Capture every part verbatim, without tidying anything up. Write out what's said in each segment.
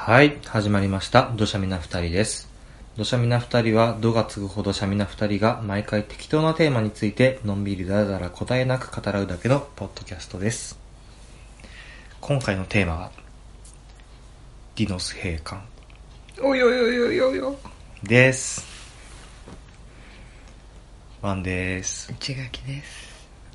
はい、始まりました。どしゃみな二人です。どしゃみな二人は、どがつぐほどしゃみな二人が毎回適当なテーマについてのんびりだらだら答えなく語らうだけのポッドキャストです。今回のテーマは、ディノス閉館。 およよよよよ。 です。ワンです。 内垣です。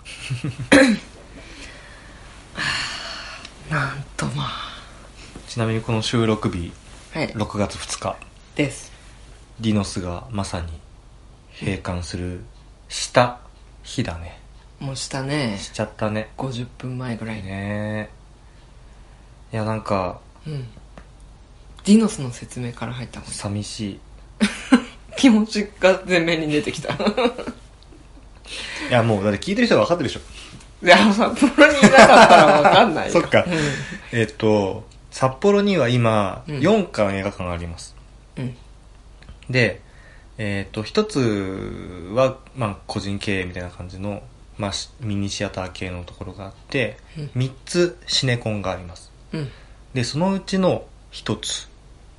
なんとまあ。 ちなみにこの収録日、 はい、 ろくがつふつかです。 ディノスがまさに閉館するした日だね。 もうしたね。 しちゃったね。 ごじゅっぷんまえぐらいね。いやなんか、 うん、ディノスの説明から入った方がいい。 寂しい気持ちが前面に出てきた。いやもうだって聞いてる人が分かってるでしょ。 いや札幌にいなかったら分かんないよ。 そっか、 うん、 えっと札幌には今、 うん、 よんかん映画館があります、 うん、 でえっと一つは、まあ、個人経営みたいな感じの、まあ、ミニシアター系のところがあって、うん、みっつシネコンがあります、うん、でそのうちのひとつ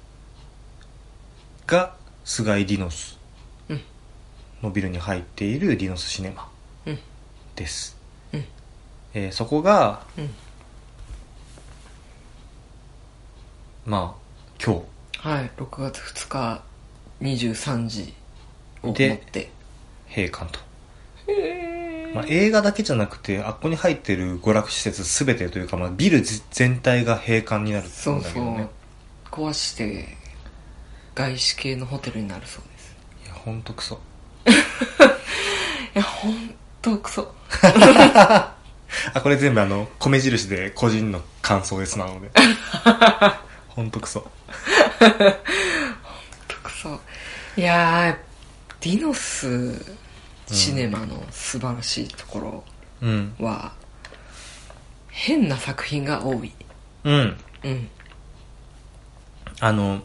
が菅井ディノスのビルに入っているディノスシネマです、うん、えー、そこが、うん、まあ今日はいろくがつふつかにじゅうさんじをもって閉館と。へー、まあ、映画だけじゃなくてあっこに入ってる娯楽施設すべてというか、まあ、ビル全体が閉館になるんだけどね。 そうそう壊して外資系のホテルになるそうです。 いやほんとクソいやほんとクソあこれ全部あの米印で個人の感想ですなのでほんとクソほんとクソ。いやーディノスシネマの素晴らしいところは、うん、変な作品が多い。 うんうんあの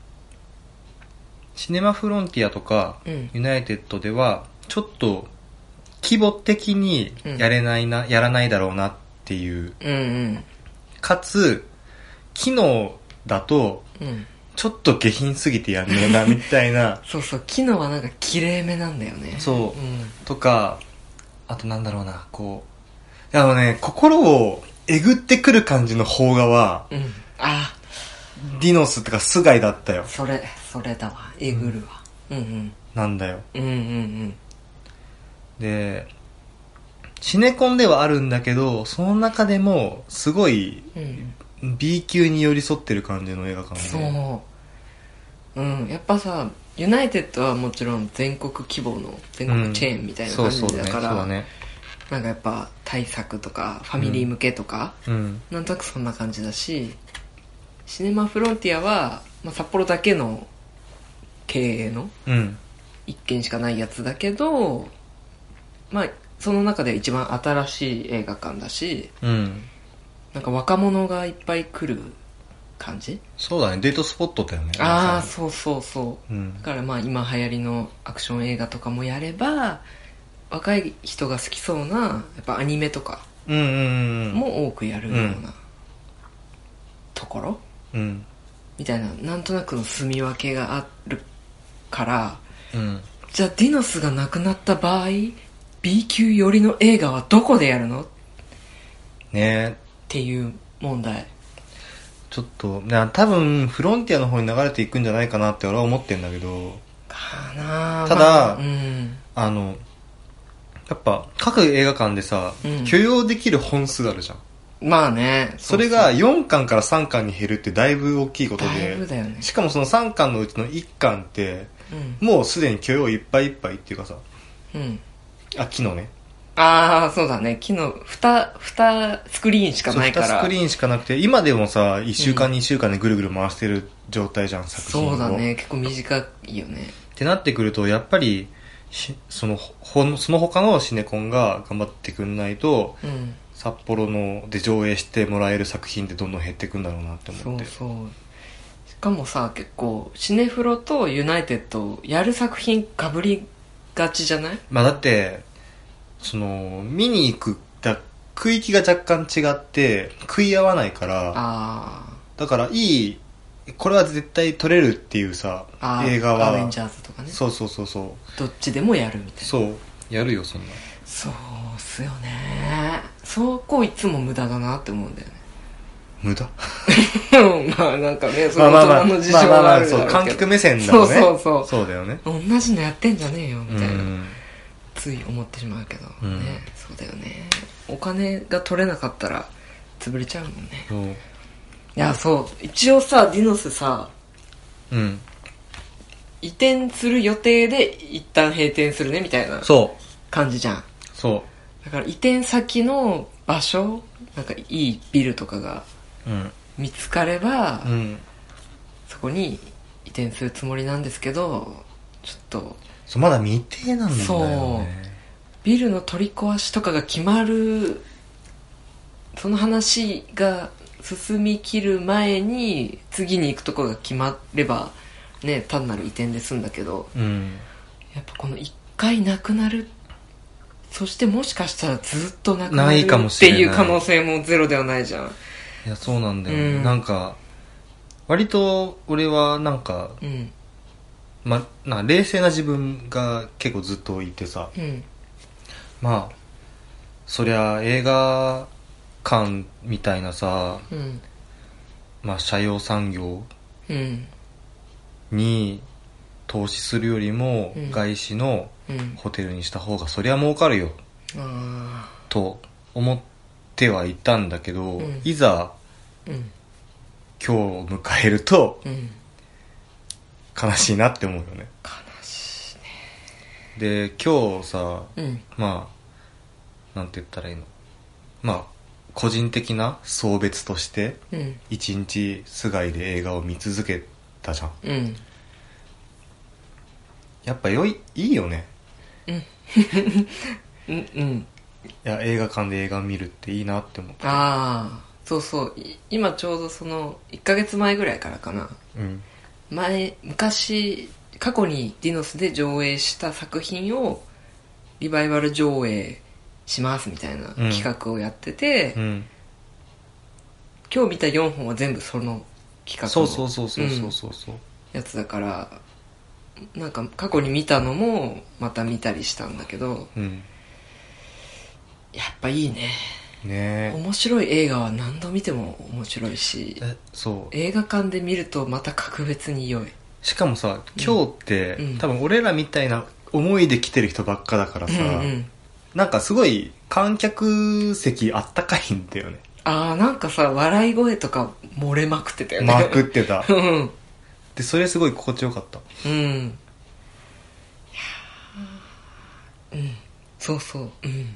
シネマフロンティアとか、うん、ユナイテッドではちょっと規模的にやれないな、うん、やらないだろうなっていう、うんうん、かつ機能だと、うん、ちょっと下品すぎてやんねえなみたいなそうそう機能はなんか綺麗めなんだよね。 そう、うん、とかあとなんだろうなこうあのね心をえぐってくる感じの邦画は、うん、あディノスとかスガイだったよ。 それそれだわえぐるわ、うん、うんうんなんだよ。 うんうんうんでシネコンではあるんだけどその中でもすごい B 級に寄り添ってる感じの映画館で、 そう、うん、やっぱさユナイテッドはもちろん全国規模の全国チェーンみたいな感じだから、うんねね、なんかやっぱ大作とかファミリー向けとか、うん、なんとなくそんな感じだしシネマフロンティアは、まあ、札幌だけの経営の一軒しかないやつだけど、まあその中で一番新しい映画館だし、うん、なんか若者がいっぱい来る感じ。 そうだねデートスポットだよね。 ああそうそうそう、うん、だからまあ今流行りのアクション映画とかもやれば若い人が好きそうなやっぱアニメとかも多くやるようなところ、うん、みたいななんとなくの住み分けがあるから、うん、じゃあディノスがなくなった場合 B 級寄りの映画はどこでやるのねっていう問題。 ちょっと多分フロンティアの方に流れていくんじゃないかなって俺は思ってんだけどかな。 ただ、まあうん、あのやっぱ各映画館でさ、うん、許容できる本数あるじゃん。 まあねそ, それがよんかんからさんかんに減るってだいぶ大きいことで、 だいぶだよね、 しかもそのさんかんのうちのいっかんって、うん、もうすでに許容いっぱいいっぱいっていうかさ、うん、あ昨日ねああそうだね昨日 2, 2スクリーンしかないからにスクリーンしかなくて今でもさいっしゅうかん、うん、にしゅうかんでぐるぐる回してる状態じゃん作品を。 そうだね結構短いよねってなってくるとやっぱりそのその他のシネコンが頑張ってくんないと、うん、札幌ので上映してもらえる作品ってどんどん減ってくんだろうなって思って。 そうそうしかもさ結構シネフロとユナイテッドやる作品かぶりがちじゃない？ まあだってその見に行くだ区域が若干違って食い合わないから、あだからいいこれは絶対撮れるっていうさ映画はアベンジャーズとかね。 そうそうそうそう、 どっちでもやるみたいな。 そうやるよそんな。 そうっすよね。そこいつも無駄だなって思うんだよね。 無駄まあなんかね、その大人の事情があるから、観客目線だもんね。 そうそうそうそうだよね。 同じのやってんじゃねえよみたいな、つい思ってしまうけど、うん、ね。そうだよね。お金が取れなかったら潰れちゃうもんね。そう、いや、そう一応さディノスさ、うん、移転する予定で一旦閉店するねみたいな感じじゃん。そうだから移転先の場所、なんかいいビルとかが見つかれば、うん、そこに移転するつもりなんですけど、ちょっとそうまだ未定なんだよね。 そうビルの取り壊しとかが決まる、その話が進みきる前に次に行くところが決まればね、単なる移転で済んだけど、うん、やっぱこの一回なくなる、そしてもしかしたらずっとなくなるっていう可能性もゼロではないじゃん。 いやそうなんだよ、うん、なんか割と俺はなんか、うん、ま、なんか冷静な自分が結構ずっといてさ、うん、まあそりゃ映画館みたいなさ、うん、まあ斜陽産業に投資するよりも外資のホテルにした方がそりゃ儲かるよ、うん、と思ってはいたんだけど、うん、いざ、うん、今日を迎えると、うん、悲しいなって思うよね。 悲しいね。 で今日さ、うん、まあなんて言ったらいいの、まあ個人的な送別として一日菅井で映画を見続けたじゃん、うん、やっぱよいいいよね。うんうんうん。いや映画館で映画を見るっていいなって思って。 ああそうそう、今ちょうどそのいっかげつまえぐらいからかな、うん、前昔過去にディノスで上映した作品をリバイバル上映しますみたいな企画をやってて、うんうん、今日見たよんほんは全部その企画のそうそうそうそうそうそうそう、 うん、やつだから、なんか過去に見たのもまた見たりしたんだけど、うん、やっぱいいね。ね、面白い映画は何度見ても面白いし、えそう映画館で見るとまた格別に良い。 しかもさ今日って、うん、多分俺らみたいな思いで来てる人ばっかだからさ、うんうん、なんかすごい観客席あったかいんだよね。 あーなんかさ笑い声とか漏れまくってたよね。 まくってたでそれすごい心地よかった。うんいやうんそうそううん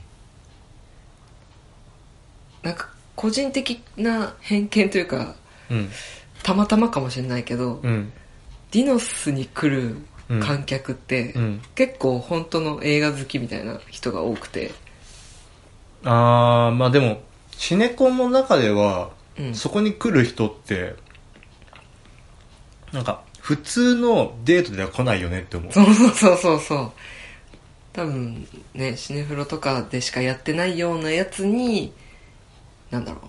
なんか個人的な偏見というか、うん、たまたまかもしれないけど、うん、ディノスに来る観客って、うん、結構本当の映画好きみたいな人が多くて、 あーまあでもシネコンの中では、うん、そこに来る人ってなんか普通のデートでは来ないよねって思う。 そうそうそうそうそう多分ねシネフロとかでしかやってないようなやつになんだろう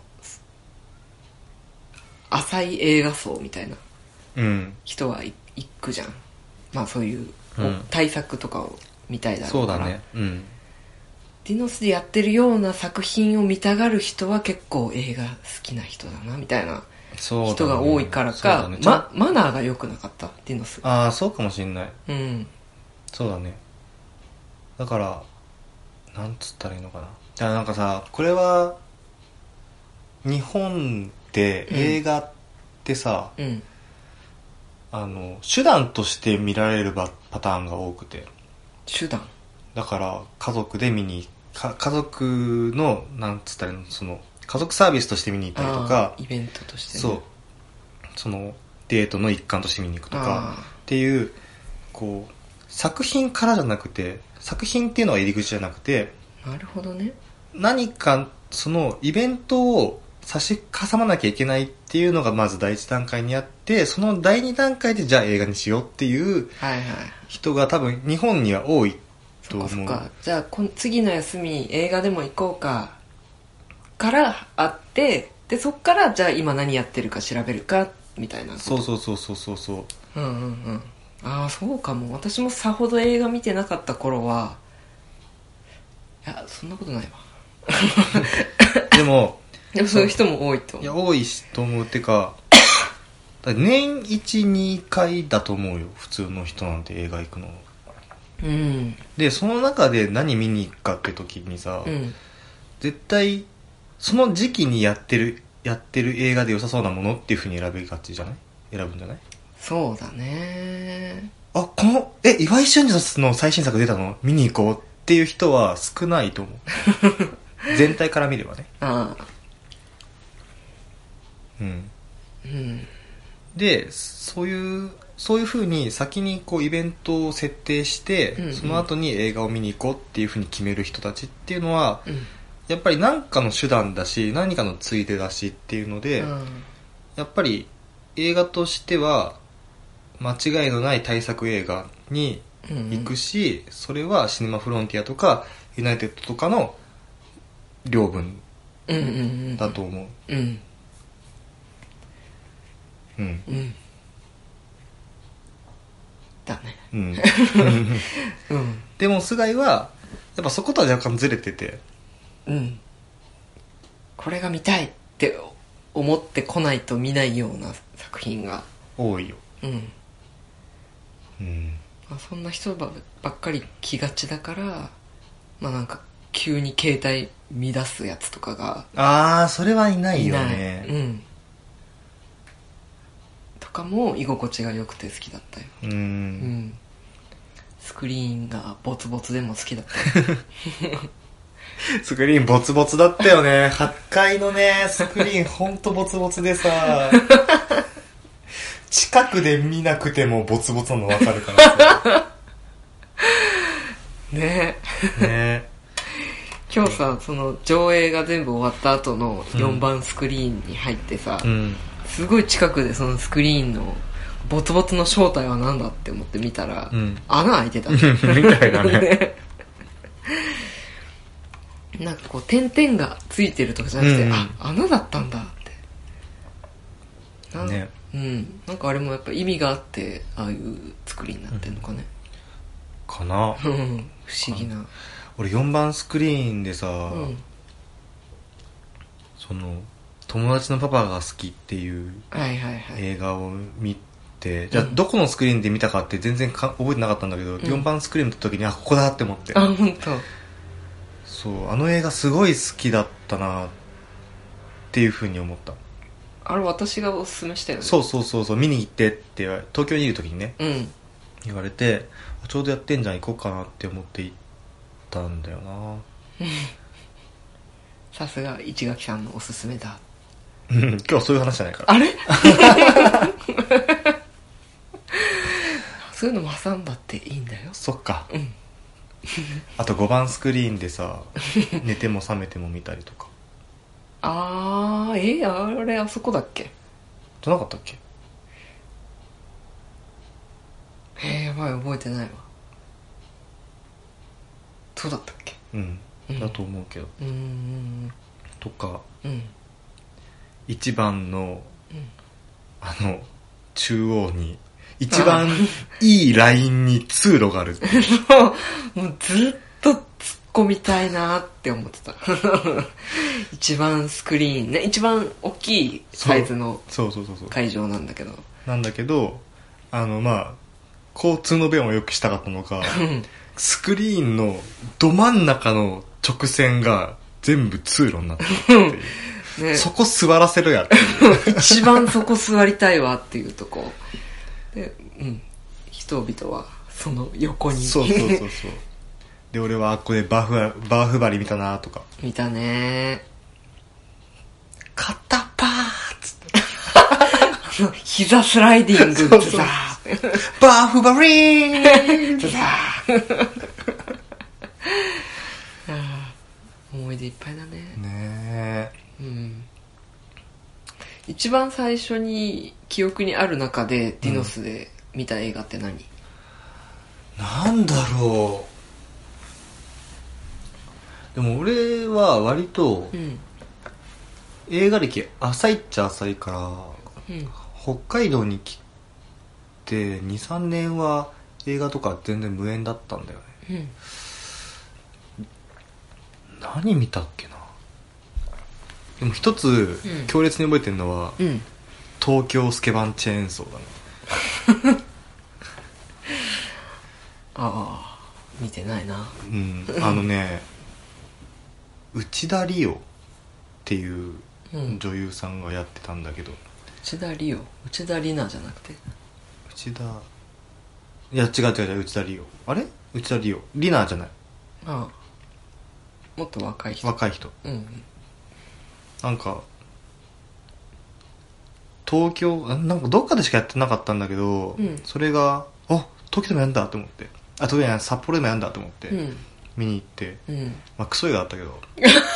浅い映画層みたいな人は行くじゃん、まあそういう、うん、対策とかを見たいだろうから。そうだね、うん、ディノスでやってるような作品を見たがる人は結構映画好きな人だなみたいな人が多いからか、ねねま、マナーが良くなかったディノス。 ああそうかもしんない、うん、そうだね。だからなんつったらいいのかな。じゃあなんかさこれは日本で映画ってさ、うん、あの手段として見られるパターンが多くて。 手段だから家族で見にか家族のなんつったらいいのその家族サービスとして見に行ったりとかイベントとして、ね、 そうそのデートの一環として見に行くとかっていうこう作品からじゃなくて作品っていうのは入り口じゃなくてなるほどね何かそのイベントを差し挟まなきゃいけないっていうのがまず第一段階にあってその第二段階でじゃあ映画にしようっていう人が多分日本には多いと思う。 そっかそっか。じゃあこ次の休み映画でも行こうかからあってでそっからじゃあ今何やってるか調べるかっみたいなこと。 そうそうそうそうそうそう。 うんうんうん。ああそうかも。私もさほど映画見てなかった頃は、いやそんなことないわ。 でもでもそういう人も多いと思う。 いや多いと思う。ってか年いち、にかいだと思うよ普通の人なんて映画行くの。 うん。 でその中で何見に行くかって時にさ、 うん、 絶対その時期にやってるやってる映画で良さそうなものっていう風に選びがちじゃない？選ぶんじゃない？ そうだね。 あ、このえ岩井俊二の最新作出たの見に行こうっていう人は少ないと思う。全体から見ればね。 ああ。 うん。 うん。 でそういうそういう風に先にこうイベントを設定して、うんうん、その後に映画を見に行こうっていう風に決める人たちっていうのは、うん、やっぱり何かの手段だし何かのついでだしっていうので、うん、やっぱり映画としては間違いのない大作映画に行くし、うんうん、それはシネマフロンティアとかユナイテッドとかの領分だと思う。うん、うんうんうん、 だね。 うん。うん、でも菅井はやっぱそことは若干ずれてて、 うん。これが見たいって思ってこないと見ないような作品が多いよ。 うん。うん。まあ、そんな人ばっかり来がちだから、まあなんか急に携帯乱すやつとかが。 ああ、それはいないよね。 いない。うん。とかも居心地が良くて好きだったよ。うん。うん。スクリーンがボツボツでも好きだったよ。 スクリーンボツボツだったよね。はちかいのね、スクリーンほんとボツボツでさ、近くで見なくてもボツボツなの分かるからさ。 ねえ。ね今日さ、その上映が全部終わった後のよんばんスクリーンに入ってさ、うん、すごい近くでそのスクリーンのボツボツの正体は何だって思って見たら、うん、穴開いてた。みたいなね。ねなんかこう点々がついてるとかじゃなくて、うん、あ、穴だったんだってな、ね、うん、なんかあれもやっぱ意味があってああいう作りになってるのかね、 うん、かな。 不思議な。 俺よんばんスクリーンでさ、うん、その友達のパパが好きっていう映画を見て、はいはいはい、じゃあどこのスクリーンで見たかって全然か覚えてなかったんだけど、うん、よんばんスクリーンの時にあここだって思って。 あ、本当。 そうあの映画すごい好きだったなっていう風に思った。 あれ私がおすすめしたよね。 そうそうそうそう見に行ってって東京にいる時にね、うん、言われてちょうどやってんじゃん行こうかなって思って行ったんだよな。 さすが市垣さんのおすすめだ。 今日はそういう話じゃないから。 あれそういうのも挟んだっていいんだよ。 そっか、うん、あとごばんスクリーンでさ寝ても覚めても見たりとか。 あーえー、あれあそこだっけじゃなかったっけ。 えー、やばい覚えてないわ。そうだったっけ。 うん、うん、だと思うけど。うーんとか、うん、いちばんの、うん、あの中央に一番いいラインに通路があるってもうずっと突っ込みたいなって思ってた。一番スクリーンね、一番大きいサイズの会場なんだけどなんだけどあのまあ交通の便を良くしたかったのかスクリーンのど真ん中の直線が全部通路になってるっていう、ね、そこ座らせろやっていう一番そこ座りたいわっていうとこで、うん、人々はその横にそうそうそうそうで俺はあっこでバーフバーフバリ見たなとか見たね肩パーッつって膝スライディングってさバーフバリーンってさ思い出いっぱいだね。 ねえ、うん、 一番最初に記憶にある中でディノスで見た映画って何？ なんだろう。でも俺は割と、うん、映画歴浅いっちゃ浅いから、うん、 北海道に来て に,さん 年は映画とか全然無縁だったんだよね、うん、何見たっけな。でも一つ、うん、強烈に覚えてるのは、うん、東京スケバンチェーンソーだねああ見てないな。 うんあのね内田理央っていう女優さんがやってたんだけど、うん、 内田理央内田理奈じゃなくて内田いや違う違う違う内田理央あれ内田理央理奈じゃない。 ああもっと若い人若い人、 うん、 なんか東京なんかどっかでしかやってなかったんだけど、うん、それがあ東京でもやんだと思ってあ東京や札幌でもやんだと思って、うん、見に行って、うんまあ、クソ映画だったけど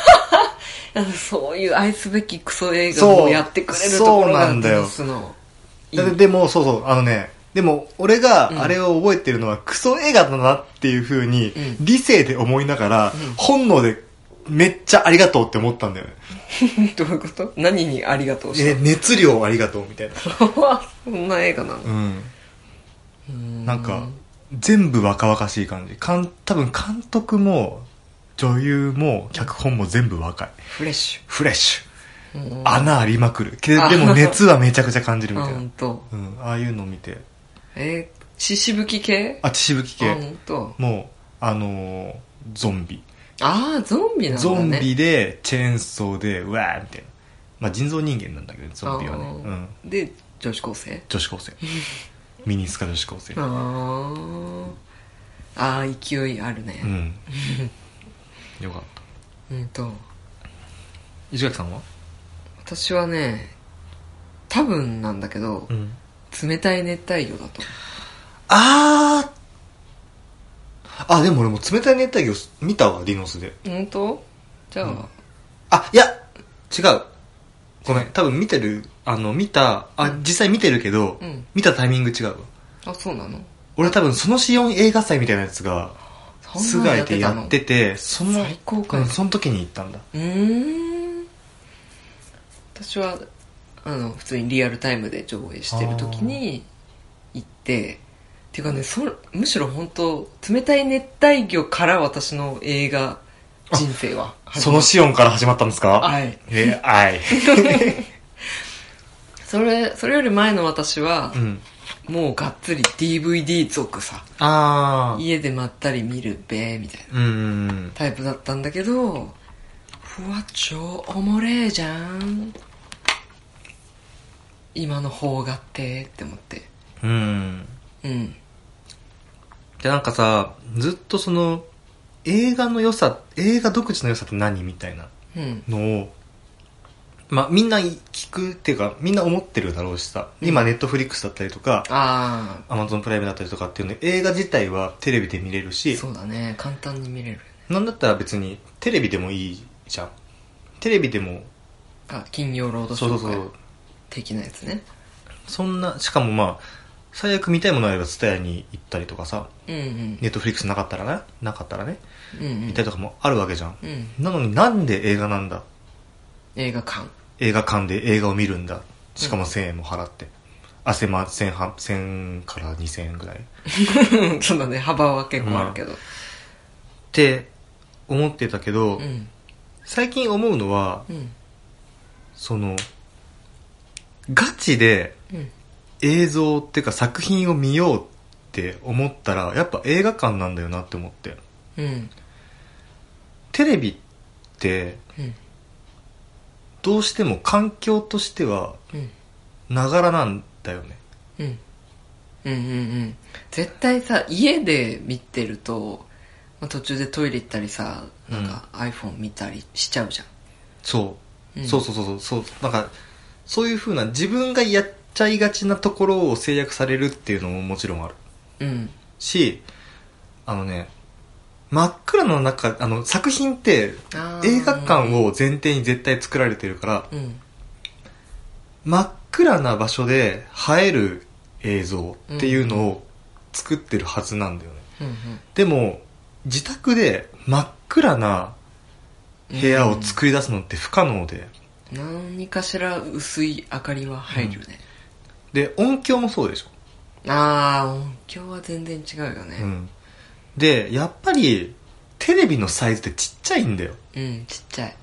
そういう愛すべきクソ映画をやってくれるところがなんだよ。で, でもそうそうあのねでも俺があれを覚えてるのは、うん、クソ映画だなっていう風に理性で思いながら、うん、本能でめっちゃありがとうって思ったんだよねどういうこと？何にありがとうした？ え熱量ありがとうみたいなそんな映画なの？ うんうんなんか全部若々しい感じかん多分監督も女優も脚本も全部若いフレッシュフレッシュ穴ありまくるけでも熱はめちゃくちゃ感じるみたいな あ, 本当、うん、ああいうのを見てえー、血しぶき系あ血しぶき系もうあのー、ゾンビああゾンビなんだねゾンビでチェーンソーでうわーみたいなまあ人造人間なんだけどゾンビはね、 うん、で女子高生女子高生ミニスカ女子高生ああ勢いあるねうんよかったうんと石垣さんは？ 私はね多分なんだけど、うん、冷たい熱帯魚だとあーあでも俺も冷たい熱帯魚見たわリノスで本当？じゃあ、うん、 あいや違うごめん多分見てるあの見たあ、うん、実際見てるけど、うん、見たタイミング違うわあそうなの？ 俺多分そのシオン映画祭みたいなやつがスガイでやっててその最高か、 うん、その時に行ったんだうーん私はあの普通にリアルタイムで上映してる時に行ってっていうかねそむしろ本当冷たい熱帯魚から私の映画人生はそのシオンから始まったんですか？ はいえー、はいそれそれより前の私は、うん、もうがっつり ディーブイディー 族さあ家でまったり見るべみたいな、 うんうんうん、 タイプだったんだけどふわ超おもれーじゃん今の方がってって思ってうんうんでなんかさずっとその映画の良さ映画独自の良さって何みたいなのを、うんまあみんな聞くっていうかみんな思ってるだろうしさ、うん、今ネットフリックスだったりとかアマゾンプライムだったりとかっていうので映画自体はテレビで見れるしそうだね簡単に見れるなんだったら別にテレビでもいいじゃんテレビでもあ金曜ロードショー的なやつねそんなしかもまあ最悪見たいものあればツタヤに行ったりとかさ、 うんうん、 ネットフリックスなかったらねなかったらね、うんうん、行ったりとかもあるわけじゃん、 うん、 なのになんで映画なんだ映画館映画館で映画を見るんだしかもせんえんも払って、うん、あせませんからにせんえんぐらいそうだね幅は結構あるけど、まあ、 って思ってたけど、うん、最近思うのは、 うん、 そのガチで映像っていうか作品を見ようって思ったらやっぱ映画館なんだよなって思って、 うん、 テレビって、 うんどうしても環境としてはながらなんだよね、 うん、うんうんうん絶対さ家で見てると、まあ、途中でトイレ行ったりさなんか iPhone 見たりしちゃうじゃん、 そう、うん、そうそうそうそうなんかそういう風な自分がやっちゃいがちなところを制約されるっていうのももちろんある、 うん、 しあのね真っ暗の中あの作品って映画館を前提に絶対作られてるから、 うん、 真っ暗な場所で映える映像っていうのを作ってるはずなんだよね、 うんうん、 でも自宅で真っ暗な部屋を作り出すのって不可能で、 うん、何かしら薄い明かりは入るね、 で音響もそうでしょ。 ああ、音響は全然違うよね。 うん。でやっぱりテレビのサイズってちっちゃいんだよ。 うん、ちっちゃい。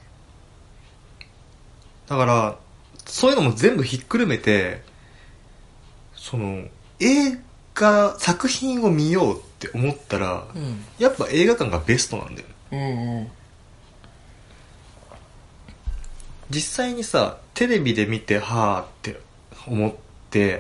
だからそういうのも全部ひっくるめて、その映画作品を見ようって思ったら、うん、やっぱ映画館がベストなんだよ。うんうん。実際にさテレビで見てはーって思って、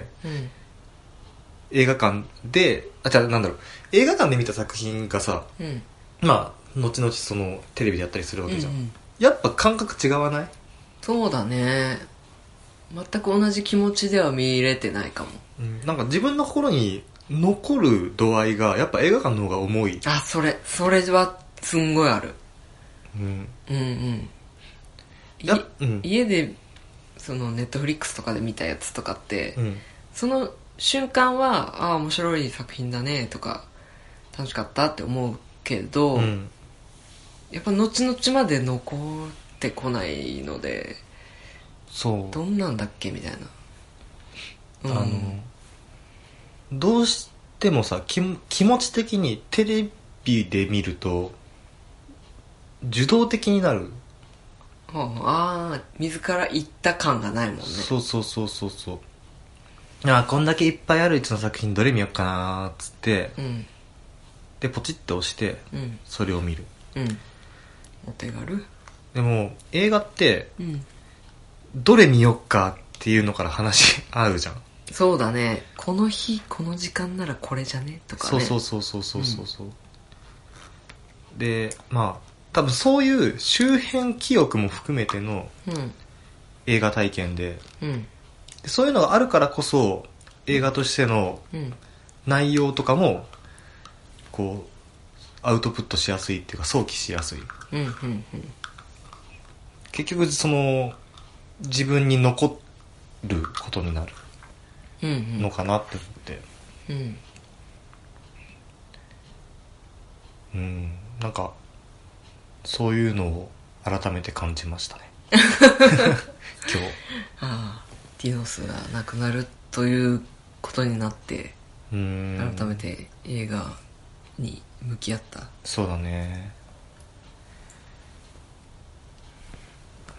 うん、映画館であじゃあなんだろう映画館で見た作品がさ、うん、まあ後々そのテレビでやったりするわけじゃん、うんうん、やっぱ感覚違わない？ そうだね。全く同じ気持ちでは見れてないかも、 うん、なんか自分の心に残る度合いがやっぱ映画館の方が重い。 あ、それそれはすんごいある、うん、うんうんやうん、家でそのネットフリックスとかで見たやつとかって、うん、その瞬間はああ面白い作品だねとか楽しかったって思うけど、うん、やっぱ後々まで残ってこないので、そうどんなんだっけみたいな、うん、 あのどうしてもさ 気, 気持ち的にテレビで見ると受動的になる。 ああ自ら言った感がないもんね。 そうそうそうそうそう。あこんだけいっぱいあるうちの作品どれ見よっかなーっつって、うん、でポチッと押して、うん、それを見る、うん、 お手軽。 でも映画って、うん、どれ見よっかっていうのから話あるじゃん。 そうだね。この日この時間ならこれじゃねとかね。 そうそうそうそうそうそう、うん、でまあ多分そういう周辺記憶も含めての映画体験 で,、うん、でそういうのがあるからこそ映画としての内容とかもこうアウトプットしやすいっていうか想起しやすい、うんうんうん、結局その自分に残ることになるのかなって思って、うん、うん、なんかそういうのを改めて感じましたね今日。 ああ、ディノスがなくなるということになって改めて映画に向き合った。 そうだね、うん、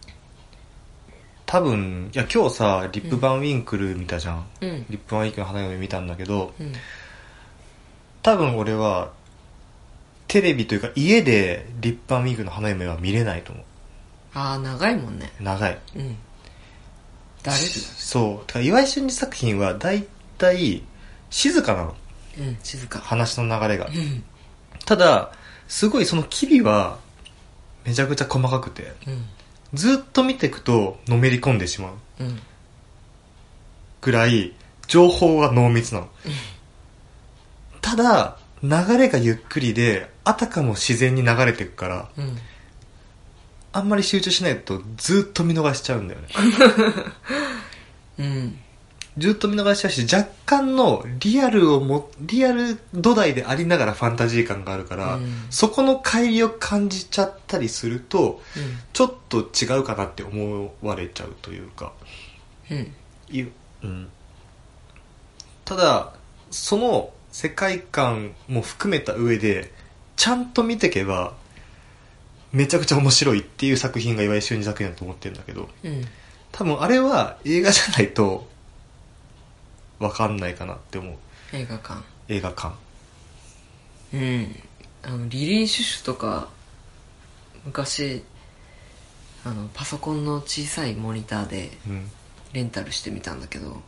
多分いや今日さリップ・バン・ウィンクル見たじゃん、うん、リップ・バン・ウィンクルの花嫁見たんだけど、うん、多分俺はテレビというか家でリップ・バン・ウィンクルの花嫁は見れないと思う。 ああ長いもんね。 長い、うん、だれる。そうだから岩井俊二作品はだいたい静かなの、 うん、静か、 話の流れが、うん、ただすごいその機微はめちゃくちゃ細かくて、うん、ずっと見ていくとのめり込んでしまう、うん、ぐらい情報が濃密なの、うん、ただ流れがゆっくりであたかも自然に流れていくから、うん、あんまり集中しないとずっと見逃しちゃうんだよね、うん、ずっと見逃しちゃうし若干のリアルをもリアル土台でありながらファンタジー感があるから、うん、そこの乖離を感じちゃったりすると、うん、ちょっと違うかなって思われちゃうというか、うんうん、ただその世界観も含めた上でちゃんと見てけばめちゃくちゃ面白いっていう作品が岩井俊二作品だと思ってるんだけど、うん、多分あれは映画じゃないと分かんないかなって思う。 映画館映画館うんあのリリー・シュシュとか昔あのパソコンの小さいモニターでレンタルしてみたんだけど、うん、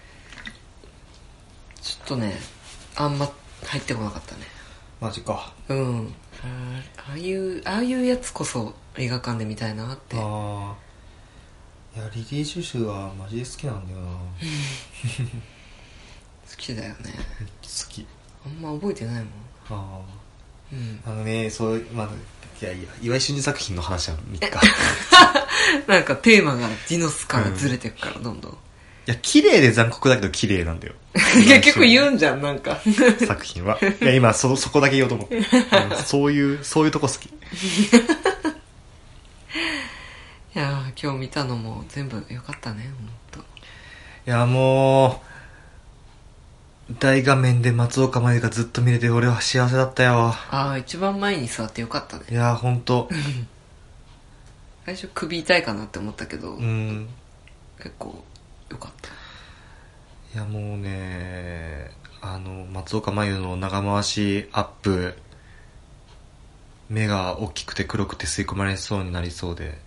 ちょっとねあんま入ってこなかったね。 マジか。 うんああいうああいうやつこそ映画館で見たいなって。ああいやリリー・シュシュはマジで好きなんだよな好きだよね。 好き。 あんま覚えてないもん。ああ、うん、あのねそうまあいやいや岩井俊二作品の話はみっかなんかテーマがディノスからずれてくから、うん、どんどん。いや綺麗で残酷だけど綺麗なんだよいや結構言うんじゃんなんか作品はいや今 そ, そこだけ言おうと思って、うん、そういうそういうとこ好きいや今日見たのも全部良かったねほんと。 いいやもう大画面で松岡茉優がずっと見れて俺は幸せだったよ。 ああ、一番前に座ってよかったね。 いやほんと最初首痛いかなって思ったけど、 うん、 結構よかった。 いやもうね、あの松岡茉優の長回しアップ、目が大きくて黒くて吸い込まれそうになりそうで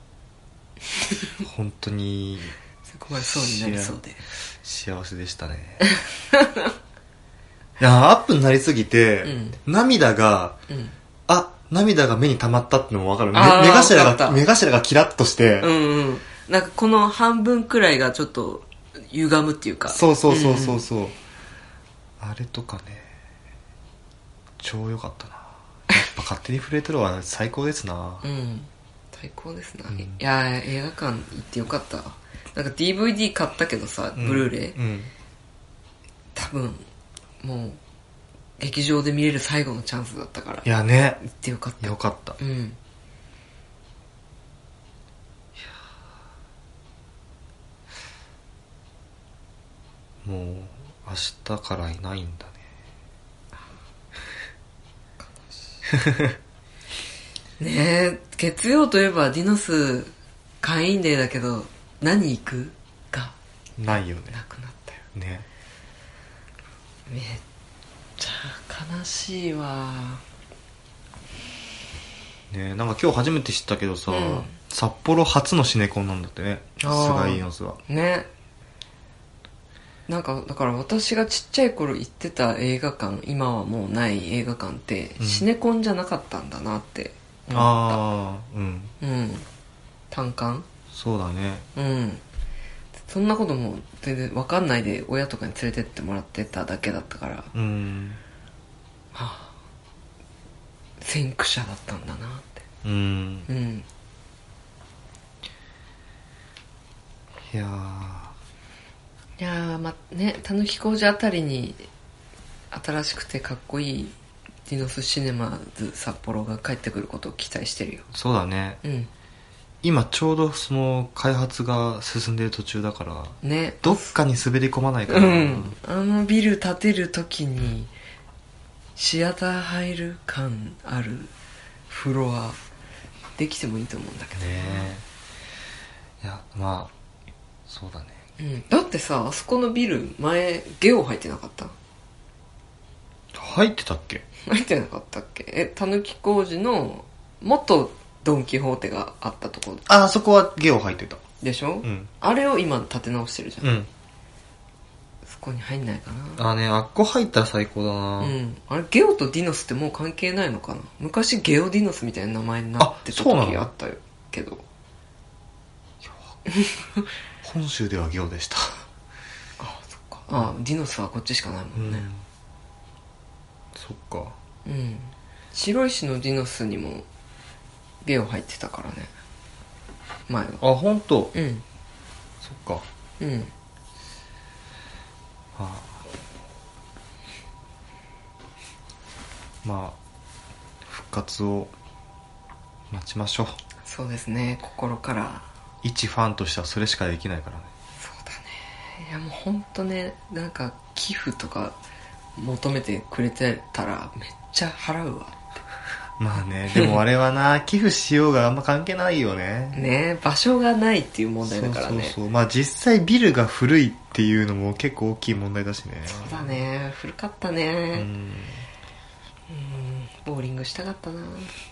本当に吸い込まれそうになりそうで幸せでしたねいやアップになりすぎて、うん、涙が、うん、あ、涙が目に溜まったってのも分かる。目頭が目頭がキラッとして、 うんうん、なんかこの半分くらいがちょっと歪むっていうか、 そうそうそうそうそう、うん、あれとかね超良かったな。やっぱ勝手に震えてるは最高ですな。 うん、最高ですな、うん、いや映画館行ってよかった。なんか ディーブイディー 買ったけどさ、ブルーレイ、うん、多分もう劇場で見れる最後のチャンスだったから、 いやね、 行ってよかった。 よかった。 うん。いやもう明日からいないんだね。 ねえ、月曜といえばディノス会員デーだけど何行くがないよね。 なくなったよね。 めっちゃ悲しいわね。なんか今日初めて知ったけどさ、うん、札幌初のシネコンなんだってね、菅井イノスはね。なんかだから私がちっちゃい頃行ってた映画館、今はもうない映画館って、うん、シネコンじゃなかったんだなって思った。 ああ、うんうん単館、 そうだね。 うんそんなことも全然分かんないで親とかに連れてってもらってただけだったから、 うん、 はあ、先駆者だったんだなって。 うん、 うん、 いやいやーまね、たぬき工事あたりに新しくてかっこいいディノスシネマズ札幌が帰ってくることを期待してるよ。 そうだね、 うん、 今ちょうどその開発が進んでる途中だからね、 どっかに滑り込まないかな、 うん、あのビル建てる時にシアター入る感あるフロアできてもいいと思うんだけどね。 いやまあそうだね、 うん、だってさあそこのビル前ゲオ入ってなかった？ 入ってたっけ？ 入ってなかったっけ？え、たぬき工事の元ドン・キホーテがあったところ。 ああそこはゲオ入ってたでしょ、 うん、 あれを今建て直してるじゃん、 うん、 そこに入んないかな。 ああね、あっこ入ったら最高だな。 うん、あれゲオとディノスってもう関係ないのかな。昔ゲオディノスみたいな名前になってた時あったよけど本州ではゲオでした。 あそっか、あ、うん、ディノスはこっちしかないもんね、うん、 そっか。 うん、白石のディノスにもゲオ入ってたからね前は。 あ、本当。 うん、 そっか。 うん、 はあ、まあ復活を待ちましょう。 そうですね、心から一ファンとしてはそれしかできないからね。 そうだね。いやもうほんとね、なんか寄付とか求めてくれてたらめっちゃ払うわって。 まあね、でもあれはな寄付しようがあんま関係ないよね。 ね、場所がないっていう問題だからね。 そうそうそう、まあ実際ビルが古いっていうのも結構大きい問題だしね。 そうだね、古かったね。うん、うん、ボーリングしたかったな。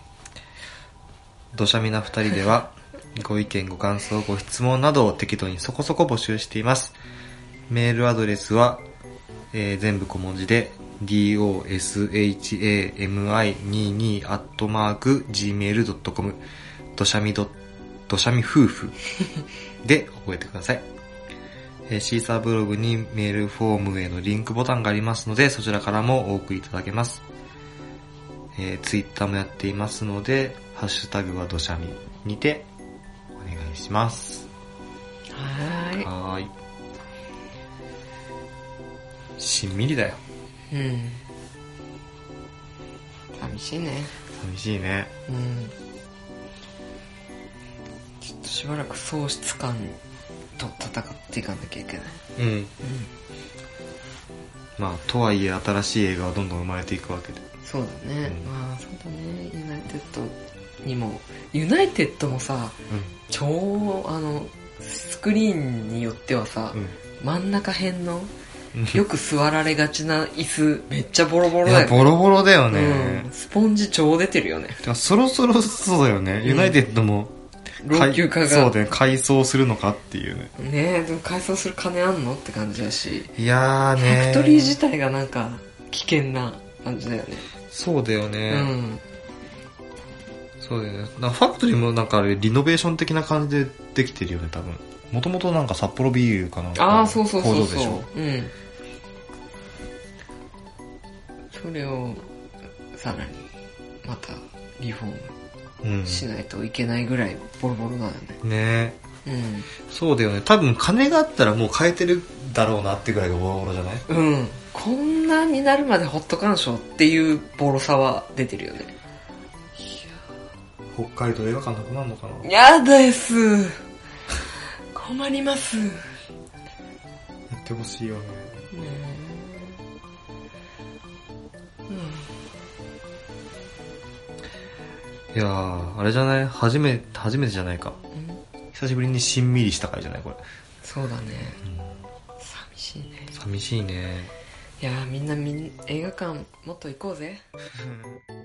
どしゃみなふたりではご意見ご感想ご質問などを適当にそこそこ募集しています。メールアドレスは、えー、全部小文字で ドシャミにじゅうに アットマーク ジーメールドットコム どしゃみどどしゃみ夫婦で覚えてください。えー、シーサーブログにメールフォームへのリンクボタンがありますのでそちらからもお送りいただけます。えー、ツイッターもやっていますのでハッシュタグはどしゃみにてお願いします。 はーい。 はーい。しんみりだよ。 うん。寂しいね。 寂しいね。 うん。ちょっとしばらく喪失感と戦っていかなきゃいけない。 うん、うん、まあとはいえ新しい映画はどんどん生まれていくわけで。 そうだね、うん、まあそうだね。ユナイテッドにもユナイテッドもさ、うん、超あのスクリーンによってはさ、うん、真ん中辺のよく座られがちな椅子めっちゃボロボロだよね。いやボロボロだよね、 うん、スポンジ超出てるよね。 そろそろそうだよね、うん、ユナイテッドも老朽化がそうだね、改装するのかっていうね。 ねえ、でも改装する金あんのって感じだし。 いやーねー、 ファクトリー自体がなんか危険な感じだよね。 そうだよね、 うん、 そうだよね。なんかファクトリーもなんかあれリノベーション的な感じでできてるよね多分。もともとなんか札幌ビールかなんかあーそうそうそうそう工場でしょ。 うん、それをさらにまたリフォームしないといけないぐらいボロボロだよね。 ねえ、うん、 そうだよね。多分金があったらもう変えてるだろうなってぐらいがボロボロじゃない？ うん。こんなになるまでほっとかんしょっていうボロさは出てるよね。いや北海道映画館なくなるのかな？ やです困ります。やってほしいよね。ねえ、うん、いやーあれじゃない？初めて初めてじゃないか、うん、久しぶりにしんみりした回じゃないこれ。 そうだね、うん、寂しいね。 寂しいね。 いやーみんなみん映画館もっと行こうぜ